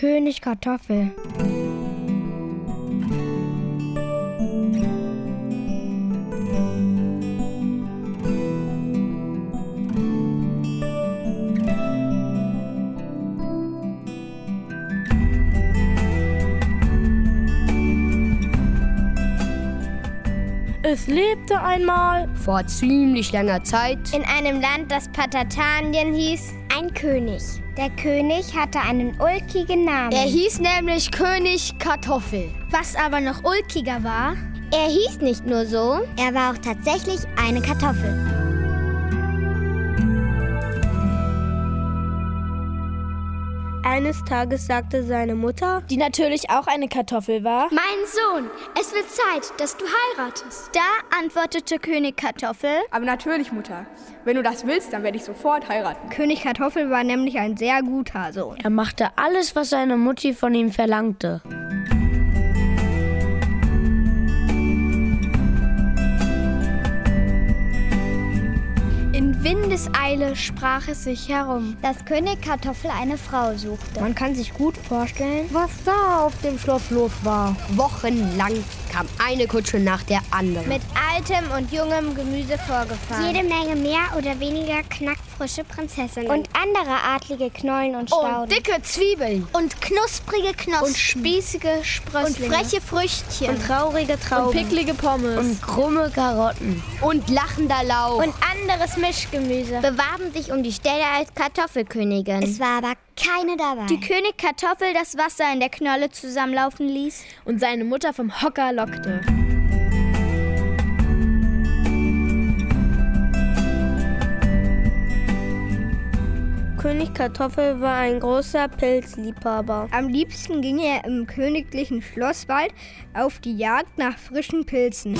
König Kartoffel. Es lebte einmal vor ziemlich langer Zeit in einem Land, das Patatanien hieß, ein König. Der König hatte einen ulkigen Namen. Er hieß nämlich König Kartoffel. Was aber noch ulkiger war, er hieß nicht nur so, er war auch tatsächlich eine Kartoffel. Eines Tages sagte seine Mutter, die natürlich auch eine Kartoffel war: Mein Sohn, es wird Zeit, dass du heiratest. Da antwortete König Kartoffel: Aber natürlich, Mutter. Wenn du das willst, dann werde ich sofort heiraten. König Kartoffel war nämlich ein sehr guter Sohn. Er machte alles, was seine Mutti von ihm verlangte. In Windeseile sprach es sich herum, dass König Kartoffel eine Frau suchte. Man kann sich gut vorstellen, was da auf dem Schloss los war. Wochenlang kam eine Kutsche nach der anderen. Mit altem und jungem Gemüse vorgefahren. Jede Menge mehr oder weniger knackfrische Prinzessinnen. Und andere adlige Knollen und Stauden. Und dicke Zwiebeln. Und knusprige Knospen. und spießige Sprösslinge. Und freche Früchtchen. Und traurige Trauben. Und picklige Pommes. Und krumme Karotten. Und lachender Lauch. Und anderes Mischgemüse bewarben sich um die Stelle als Kartoffelkönigin. Es war aber keine dabei. Die König Kartoffel das Wasser in der Knolle zusammenlaufen ließ und seine Mutter vom Hocker lockte. König Kartoffel war ein großer Pilzliebhaber. Am liebsten ging er im königlichen Schlosswald auf die Jagd nach frischen Pilzen.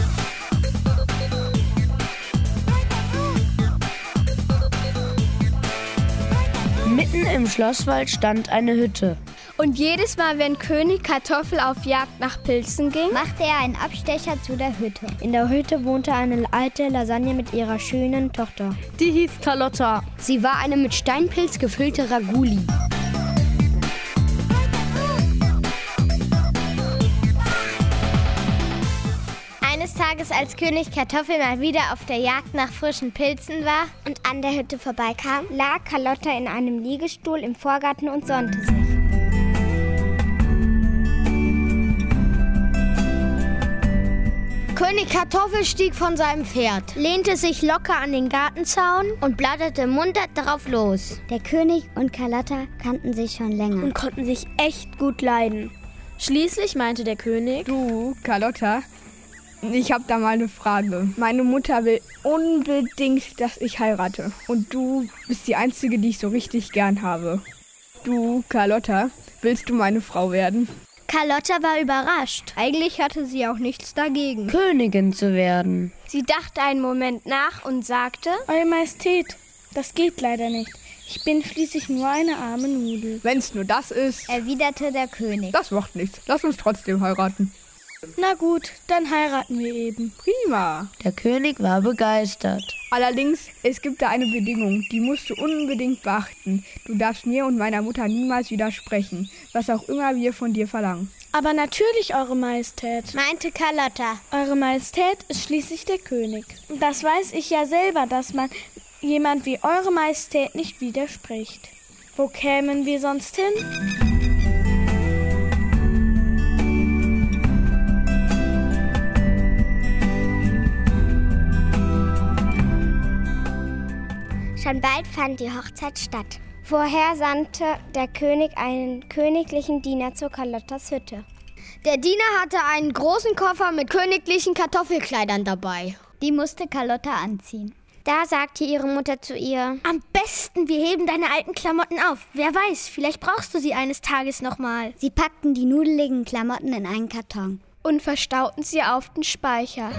Mitten im Schlosswald stand eine Hütte. Und jedes Mal, wenn König Kartoffel auf Jagd nach Pilzen ging, machte er einen Abstecher zu der Hütte. In der Hütte wohnte eine alte Lasagne mit ihrer schönen Tochter. Die hieß Carlotta. Sie war eine mit Steinpilz gefüllte Raguli. Eines Tages, als König Kartoffel mal wieder auf der Jagd nach frischen Pilzen war und an der Hütte vorbeikam, lag Carlotta in einem Liegestuhl im Vorgarten und sonnte sich. König Kartoffel stieg von seinem Pferd, lehnte sich locker an den Gartenzaun und plauderte munter drauf los. Der König und Carlotta kannten sich schon länger und konnten sich echt gut leiden. Schließlich meinte der König: Du, Carlotta, ich habe da mal eine Frage. Meine Mutter will unbedingt, dass ich heirate. Und du bist die Einzige, die ich so richtig gern habe. Du, Carlotta, willst du meine Frau werden? Carlotta war überrascht. Eigentlich hatte sie auch nichts dagegen, Königin zu werden. Sie dachte einen Moment nach und sagte: Eure Majestät, das geht leider nicht. Ich bin schließlich nur eine arme Nudel. Wenn's nur das ist, erwiderte der König. Das macht nichts. Lass uns trotzdem heiraten. Na gut, dann heiraten wir eben. Prima. Der König war begeistert. Allerdings, es gibt da eine Bedingung, die musst du unbedingt beachten. Du darfst mir und meiner Mutter niemals widersprechen, was auch immer wir von dir verlangen. Aber natürlich, Eure Majestät, meinte Carlotta. Eure Majestät ist schließlich der König. Das weiß ich ja selber, dass man jemand wie Eure Majestät nicht widerspricht. Wo kämen wir sonst hin? Schon bald fand die Hochzeit statt. Vorher sandte der König einen königlichen Diener zu Carlottas Hütte. Der Diener hatte einen großen Koffer mit königlichen Kartoffelkleidern dabei. Die musste Carlotta anziehen. Da sagte ihre Mutter zu ihr: Am besten, wir heben deine alten Klamotten auf. Wer weiß, vielleicht brauchst du sie eines Tages nochmal. Sie packten die nudeligen Klamotten in einen Karton und verstauten sie auf den Speicher.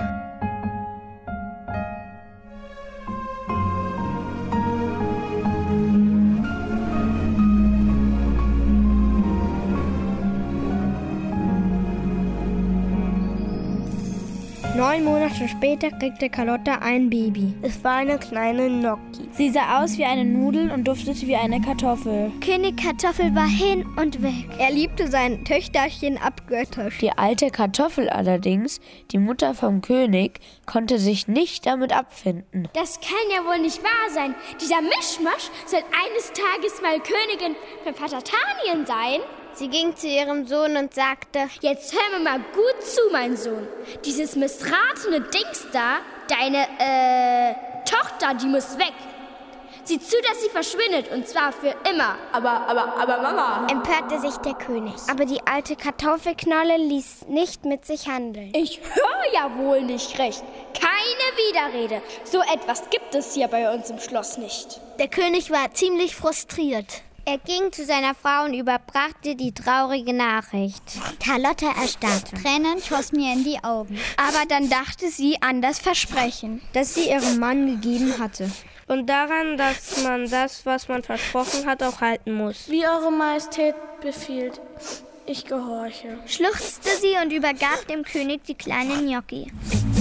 9 Monate später kriegte Carlotta ein Baby. Es war eine kleine Gnocchi. Sie sah aus wie eine Nudel und duftete wie eine Kartoffel. König Kartoffel war hin und weg. Er liebte sein Töchterchen abgöttisch. Die alte Kartoffel allerdings, die Mutter vom König, konnte sich nicht damit abfinden. Das kann ja wohl nicht wahr sein. Dieser Mischmasch soll eines Tages mal Königin von Patatanien sein. Sie ging zu ihrem Sohn und sagte: Jetzt hör mir mal gut zu, mein Sohn. Dieses missratene Dings da, deine Tochter, die muss weg. Sieh zu, dass sie verschwindet, und zwar für immer. Aber Mama. empörte sich der König. Aber die alte Kartoffelknolle ließ nicht mit sich handeln. Ich höre ja wohl nicht recht. Keine Widerrede. So etwas gibt es hier bei uns im Schloss nicht. Der König war ziemlich frustriert. Er ging zu seiner Frau und überbrachte die traurige Nachricht. Carlotta erstarrte. Tränen schossen mir in die Augen. Aber dann dachte sie an das Versprechen, das sie ihrem Mann gegeben hatte. Und daran, dass man das, was man versprochen hat, auch halten muss. Wie Eure Majestät befiehlt. Ich gehorche. Schluchzte sie und übergab dem König die kleine Gnocchi.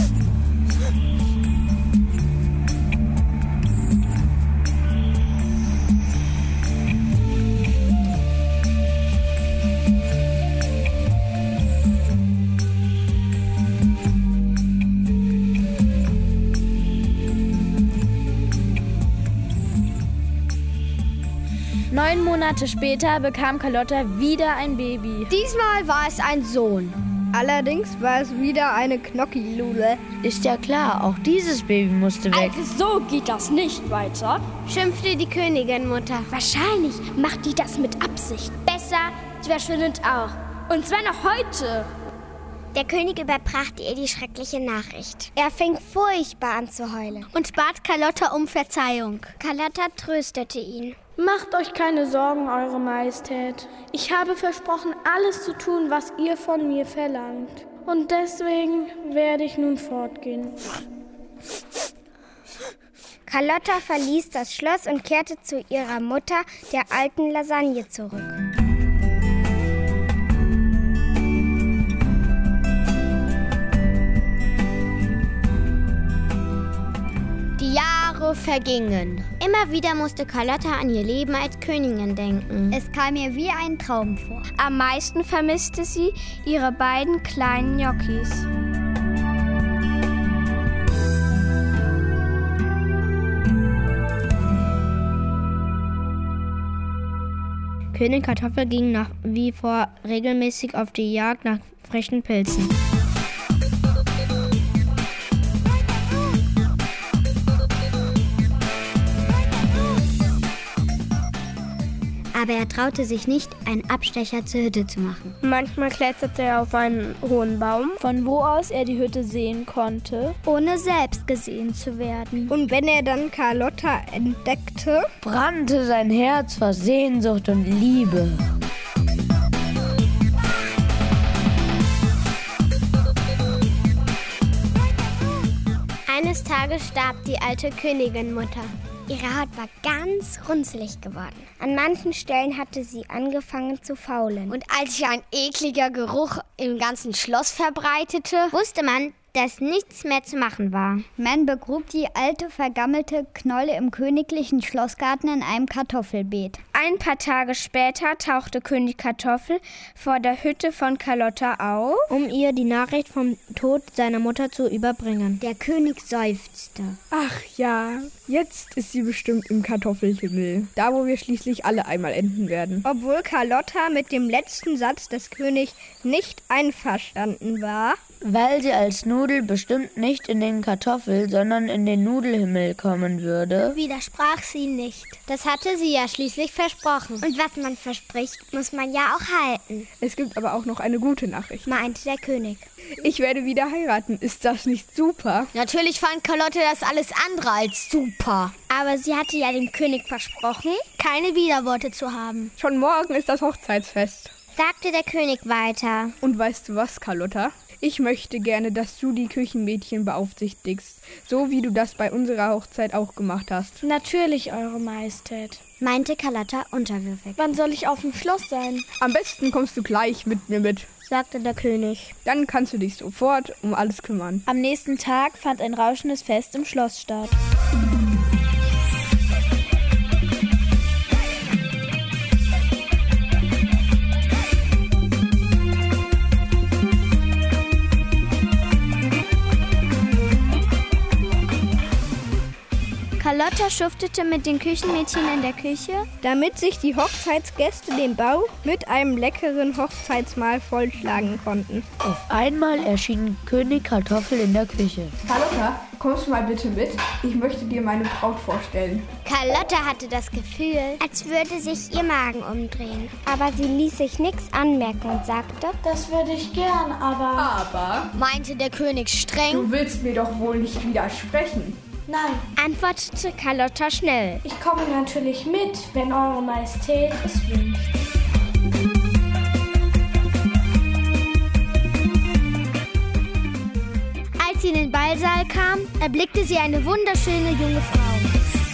Neun Monate später bekam Carlotta wieder ein Baby. Diesmal war es ein Sohn. Allerdings war es wieder eine Gnocchi-Lule. Ist ja klar, auch dieses Baby musste weg. Also so geht das nicht weiter. Schimpfte die Königin-Mutter. Wahrscheinlich macht die das mit Absicht. Besser, sie verschwindet auch. Und zwar noch heute. Der König überbrachte ihr die schreckliche Nachricht. Er fing furchtbar an zu heulen. Und bat Carlotta um Verzeihung. Carlotta tröstete ihn. Macht euch keine Sorgen, Eure Majestät. Ich habe versprochen, alles zu tun, was ihr von mir verlangt. Und deswegen werde ich nun fortgehen. Carlotta verließ das Schloss und kehrte zu ihrer Mutter, der alten Lasagne, zurück. Die Jahre vergingen. Immer wieder musste Carlotta an ihr Leben als Königin denken. Es kam ihr wie ein Traum vor. Am meisten vermisste sie ihre beiden kleinen Gnocchis. König Kartoffel ging nach wie vor regelmäßig auf die Jagd nach frischen Pilzen. Aber er traute sich nicht, einen Abstecher zur Hütte zu machen. Manchmal kletterte er auf einen hohen Baum, Von wo aus er die Hütte sehen konnte. Ohne selbst gesehen zu werden. Und wenn er dann Carlotta entdeckte, Brannte sein Herz vor Sehnsucht und Liebe. Eines Tages starb die alte Königin-Mutter. Ihre Haut war ganz runzelig geworden. An manchen Stellen hatte sie angefangen zu faulen. Und als sich ein ekliger Geruch im ganzen Schloss verbreitete, wusste man, dass nichts mehr zu machen war. Man begrub die alte, vergammelte Knolle im königlichen Schlossgarten in einem Kartoffelbeet. Ein paar Tage später tauchte König Kartoffel vor der Hütte von Carlotta auf, um ihr die Nachricht vom Tod seiner Mutter zu überbringen. Der König seufzte. Ach ja, jetzt ist sie bestimmt im Kartoffelhimmel. Da, wo wir schließlich alle einmal enden werden. obwohl Carlotta mit dem letzten Satz des Königs nicht einverstanden war, Weil sie als Nudel bestimmt nicht in den Kartoffel, sondern in den Nudelhimmel kommen würde. Widersprach sie nicht. Das hatte sie ja schließlich versprochen. Und was man verspricht, muss man ja auch halten, Es gibt aber auch noch eine gute Nachricht. meinte der König. Ich werde wieder heiraten. Ist das nicht super? Natürlich fand Carlotta das alles andere als super. Aber sie hatte ja dem König versprochen, Keine Widerworte zu haben. Schon morgen ist das Hochzeitsfest. Sagte der König weiter. Und weißt du was, Carlotta? Ich möchte gerne, dass du die Küchenmädchen beaufsichtigst, so wie du das bei unserer Hochzeit auch gemacht hast. Natürlich, Eure Majestät. Meinte Carlotta unterwürfig. Wann soll ich auf dem Schloss sein? Am besten kommst du gleich mit mir mit. sagte der König. Dann kannst du dich sofort um alles kümmern. Am nächsten Tag fand ein rauschendes Fest im Schloss statt. Carlotta schuftete mit den Küchenmädchen in der Küche, damit sich die Hochzeitsgäste den Bauch mit einem leckeren Hochzeitsmahl vollschlagen konnten. Auf einmal erschien König Kartoffel in der Küche. Carlotta, kommst du mal bitte mit? Ich möchte dir meine Braut vorstellen. Carlotta hatte das Gefühl, als würde sich ihr Magen umdrehen. Aber sie ließ sich nichts anmerken und sagte, das würde ich gern, Aber, meinte der König streng, du willst mir doch wohl nicht widersprechen. Nein, antwortete Carlotta schnell. ich komme natürlich mit, wenn Eure Majestät es wünscht. Als sie in den Ballsaal kam, erblickte sie eine wunderschöne junge Frau.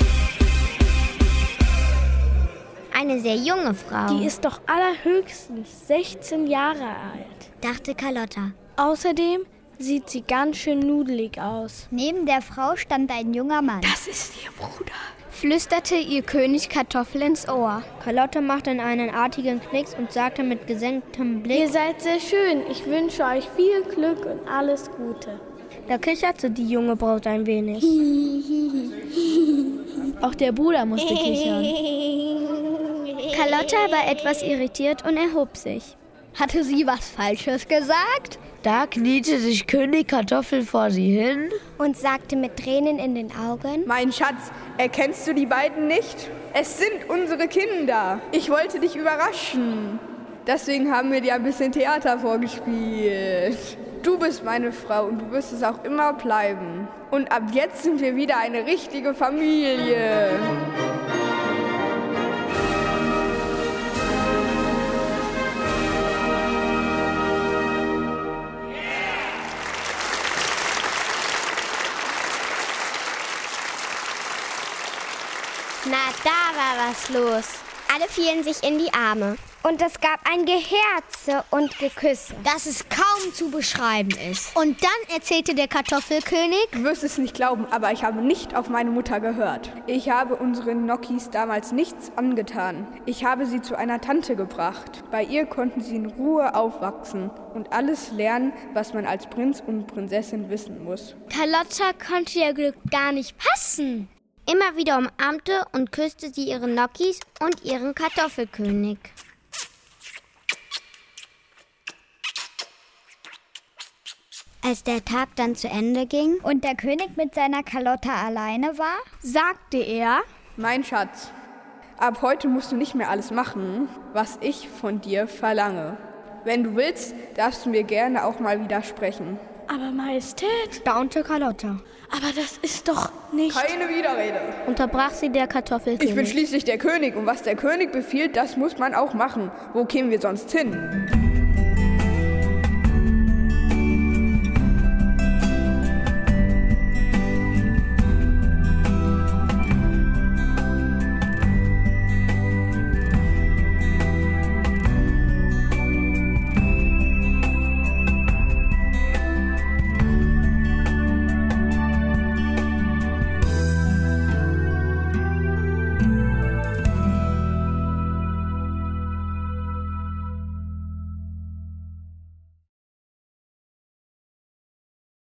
eine sehr junge Frau. Die ist doch allerhöchstens 16 Jahre alt, dachte Carlotta. Außerdem sieht sie ganz schön nudelig aus. Neben der Frau stand ein junger Mann. Das ist ihr Bruder, flüsterte ihr König Kartoffel ins Ohr. Carlotta machte einen artigen Knicks und sagte mit gesenktem Blick: Ihr seid sehr schön. Ich wünsche euch viel Glück und alles Gute. Da kicherte die junge Braut ein wenig. Auch der Bruder musste kichern. Carlotta war etwas irritiert und erhob sich. Hatte sie was Falsches gesagt? Da kniete sich König Kartoffel vor sie hin und sagte mit Tränen in den Augen: Mein Schatz, erkennst du die beiden nicht? Es sind unsere Kinder. Ich wollte dich überraschen. Deswegen haben wir dir ein bisschen Theater vorgespielt. Du bist meine Frau und du wirst es auch immer bleiben. Und ab jetzt sind wir wieder eine richtige Familie. Na, da war was los. Alle fielen sich in die Arme. Und es gab ein Geherze und Geküsse, dass es kaum zu beschreiben ist. Und dann erzählte der Kartoffelkönig: Du wirst es nicht glauben, aber ich habe nicht auf meine Mutter gehört. Ich habe unseren Nokis damals nichts angetan. Ich habe sie zu einer Tante gebracht. Bei ihr konnten sie in Ruhe aufwachsen und alles lernen, was man als Prinz und Prinzessin wissen muss. Carlotta konnte ihr Glück gar nicht fassen. Immer wieder umarmte und küsste sie ihre Nokis und ihren Kartoffelkönig. Als der Tag dann zu Ende ging und der König mit seiner Carlotta alleine war, sagte er: Mein Schatz, ab heute musst du nicht mehr alles machen, was ich von dir verlange. Wenn du willst, darfst du mir gerne auch mal widersprechen. Aber Majestät, staunte Carlotta. Aber das ist doch nicht... Keine Widerrede, unterbrach sie der Kartoffelkönig. Ich bin schließlich der König und was der König befiehlt, das muss man auch machen. Wo kämen wir sonst hin?